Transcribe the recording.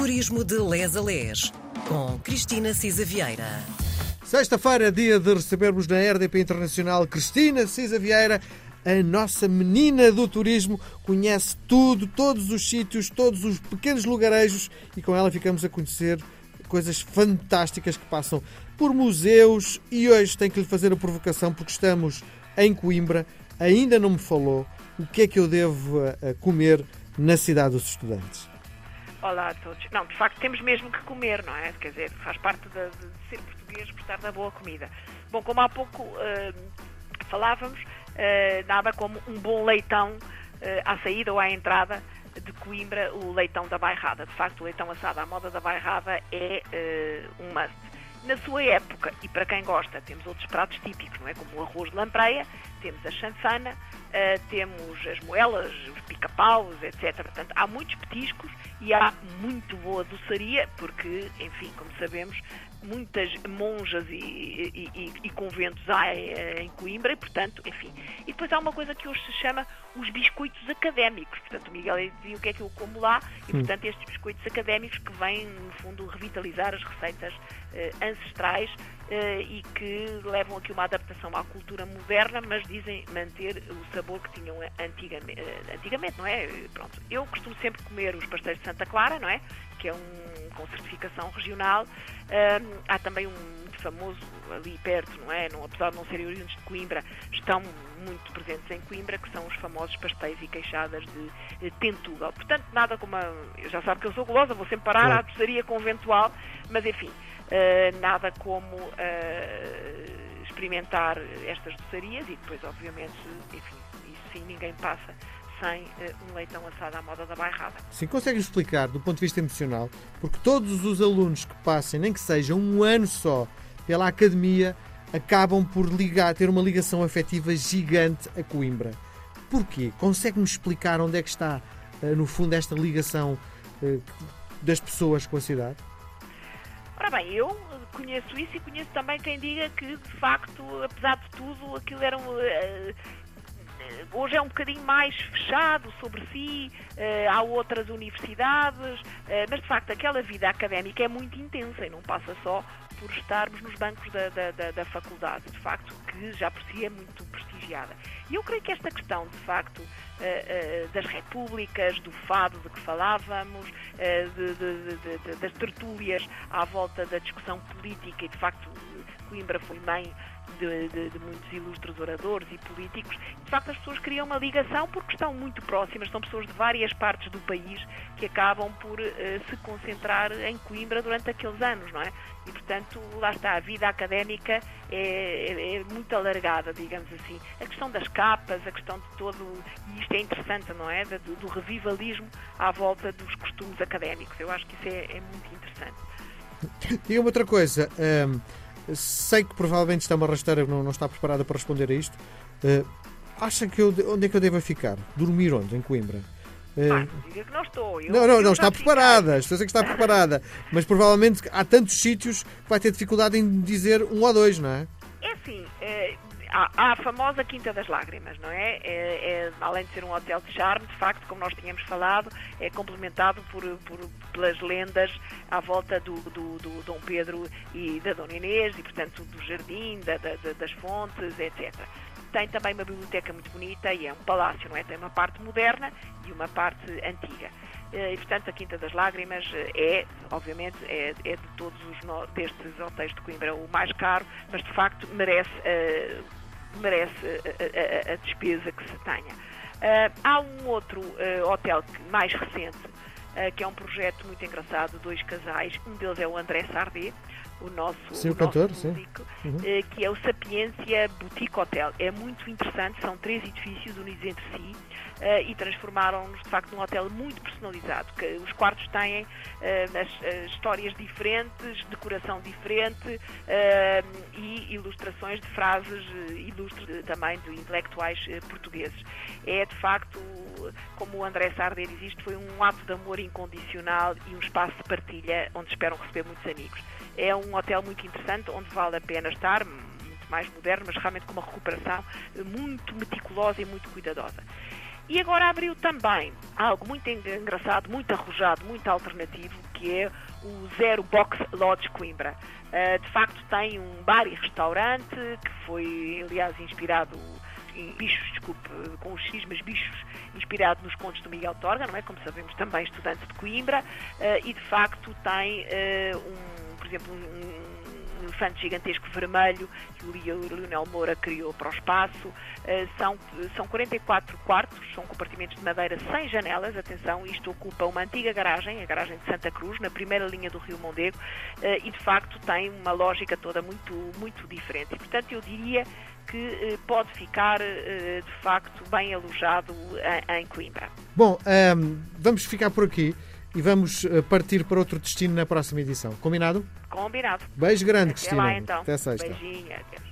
Turismo de Les a Les, com Cristina Cisa Vieira. Sexta-feira, dia de recebermos na RDP Internacional Cristina Cisa Vieira, a nossa menina do turismo, conhece tudo, todos os sítios, todos os pequenos lugarejos, e com ela ficamos a conhecer coisas fantásticas que passam por museus. E hoje tenho que lhe fazer a provocação, porque estamos em Coimbra. Ainda não me falou o que é que eu devo comer na cidade dos estudantes. Olá a todos. Não, de facto temos mesmo que comer, não é? Quer dizer, faz parte de ser português, gostar da boa comida. Bom, como há pouco falávamos, nada como um bom leitão à saída ou à entrada de Coimbra, o leitão da bairrada. De facto, o leitão assado à moda da bairrada é um must. Na sua época, e para quem gosta, temos outros pratos típicos, não é? Como o arroz de lampreia, temos a chanfana, temos as moelas, os pica-paus, etc. Portanto, há muitos petiscos e há muito boa doçaria, porque, enfim, como sabemos, muitas monjas e conventos há em Coimbra e, portanto, enfim. E depois há uma coisa que hoje se chama os biscoitos académicos. Portanto, o Miguel dizia o que é que eu como lá e, portanto, estes biscoitos académicos que vêm, no fundo, revitalizar as receitas ancestrais e que levam aqui uma adaptação à cultura moderna, mas dizem manter o sabor que tinham antigamente, não é? Pronto. Eu costumo sempre comer os pastéis de Santa Clara, não é? Que é com certificação regional. Há também um muito famoso ali perto, não é? Apesar de não serem oriundos de Coimbra, estão muito presentes em Coimbra, que são os famosos pastéis e queixadas de Tentugal. Portanto, nada como já sabe que eu sou gulosa, vou sempre parar à doçaria conventual, mas enfim, nada como experimentar estas doçarias e depois, obviamente, enfim, isso sim, ninguém passa sem um leitão assado à moda da bairrada. Sim, consegue explicar, do ponto de vista emocional, porque todos os alunos que passem, nem que seja um ano só, pela academia, acabam por ter uma ligação afetiva gigante a Coimbra. Porquê? Consegue-me explicar onde é que está, no fundo, esta ligação das pessoas com a cidade? Ora bem, eu conheço isso e conheço também quem diga que, de facto, apesar de tudo, aquilo era hoje é um bocadinho mais fechado sobre si, há outras universidades, mas de facto aquela vida académica é muito intensa e não passa só por estarmos nos bancos da faculdade, de facto, que já por si é muito prestigiada. E eu creio que esta questão, de facto, das repúblicas, do fado de que falávamos, das tertúlias à volta da discussão política, e de facto Coimbra foi mãe de muitos ilustres oradores e políticos. De facto, as pessoas criam uma ligação porque estão muito próximas, são pessoas de várias partes do país que acabam por se concentrar em Coimbra durante aqueles anos, não é? E, portanto, lá está, a vida académica é muito alargada, digamos assim. A questão das capas, a questão de todo, e isto é interessante, não é? Do revivalismo à volta dos costumes académicos. Eu acho que isso é muito interessante. E outra coisa, sei que provavelmente está uma rasteira, não está preparada para responder a isto. Acha que onde é que eu devo ficar? Dormir onde? Em Coimbra? Não diga que não estou. Não está preparada. Estou a dizer que está preparada. Mas provavelmente há tantos sítios que vai ter dificuldade em dizer um ou dois, não é? É assim, há a famosa Quinta das Lágrimas, não é? Além de ser um hotel de charme, de facto, como nós tínhamos falado, é complementado pelas lendas à volta do Dom Pedro e da Dona Inês, e portanto do jardim, das fontes, etc. Tem também uma biblioteca muito bonita e é um palácio, não é? Tem uma parte moderna e uma parte antiga. E, portanto, a Quinta das Lágrimas obviamente, de todos destes hotéis de Coimbra o mais caro, mas de facto merece a despesa que se tenha. Há um outro hotel mais recente, que é um projeto muito engraçado, dois casais, um deles é o André Sardé, o nosso cantor, músico, que é o Sapiência Boutique Hotel. É muito interessante, são 3 edifícios unidos entre si e transformaram-nos de facto num hotel muito personalizado, que os quartos têm histórias diferentes, decoração diferente e ilustrações de frases ilustres também de intelectuais portugueses. É de facto, como o André Sardé diz, isto foi um ato de amor incondicional e um espaço de partilha onde esperam receber muitos amigos. É um hotel muito interessante, onde vale a pena estar, muito mais moderno, mas realmente com uma recuperação muito meticulosa e muito cuidadosa. E agora abriu também algo muito engraçado, muito arrojado, muito alternativo, que é o Zero Box Lodge Coimbra. De facto tem um bar e restaurante que foi, aliás, inspirado em bichos, com os X, mas bichos, inspirado nos contos do Miguel Torga, não é? Como sabemos, também estudante de Coimbra, e de facto tem, por exemplo, um elefante gigantesco vermelho que o Lionel Moura criou para o espaço. São 44 quartos, são compartimentos de madeira sem janelas. Atenção, isto ocupa uma antiga garagem, a garagem de Santa Cruz, na primeira linha do Rio Mondego, e de facto tem uma lógica toda muito, muito diferente. E, portanto, eu diria que pode ficar, de facto, bem alojado em Coimbra. Bom, vamos ficar por aqui e vamos partir para outro destino na próxima edição. Combinado? Combinado. Beijo grande, Até Cristina. lá, então. Até sexta. Beijinho. Adeus.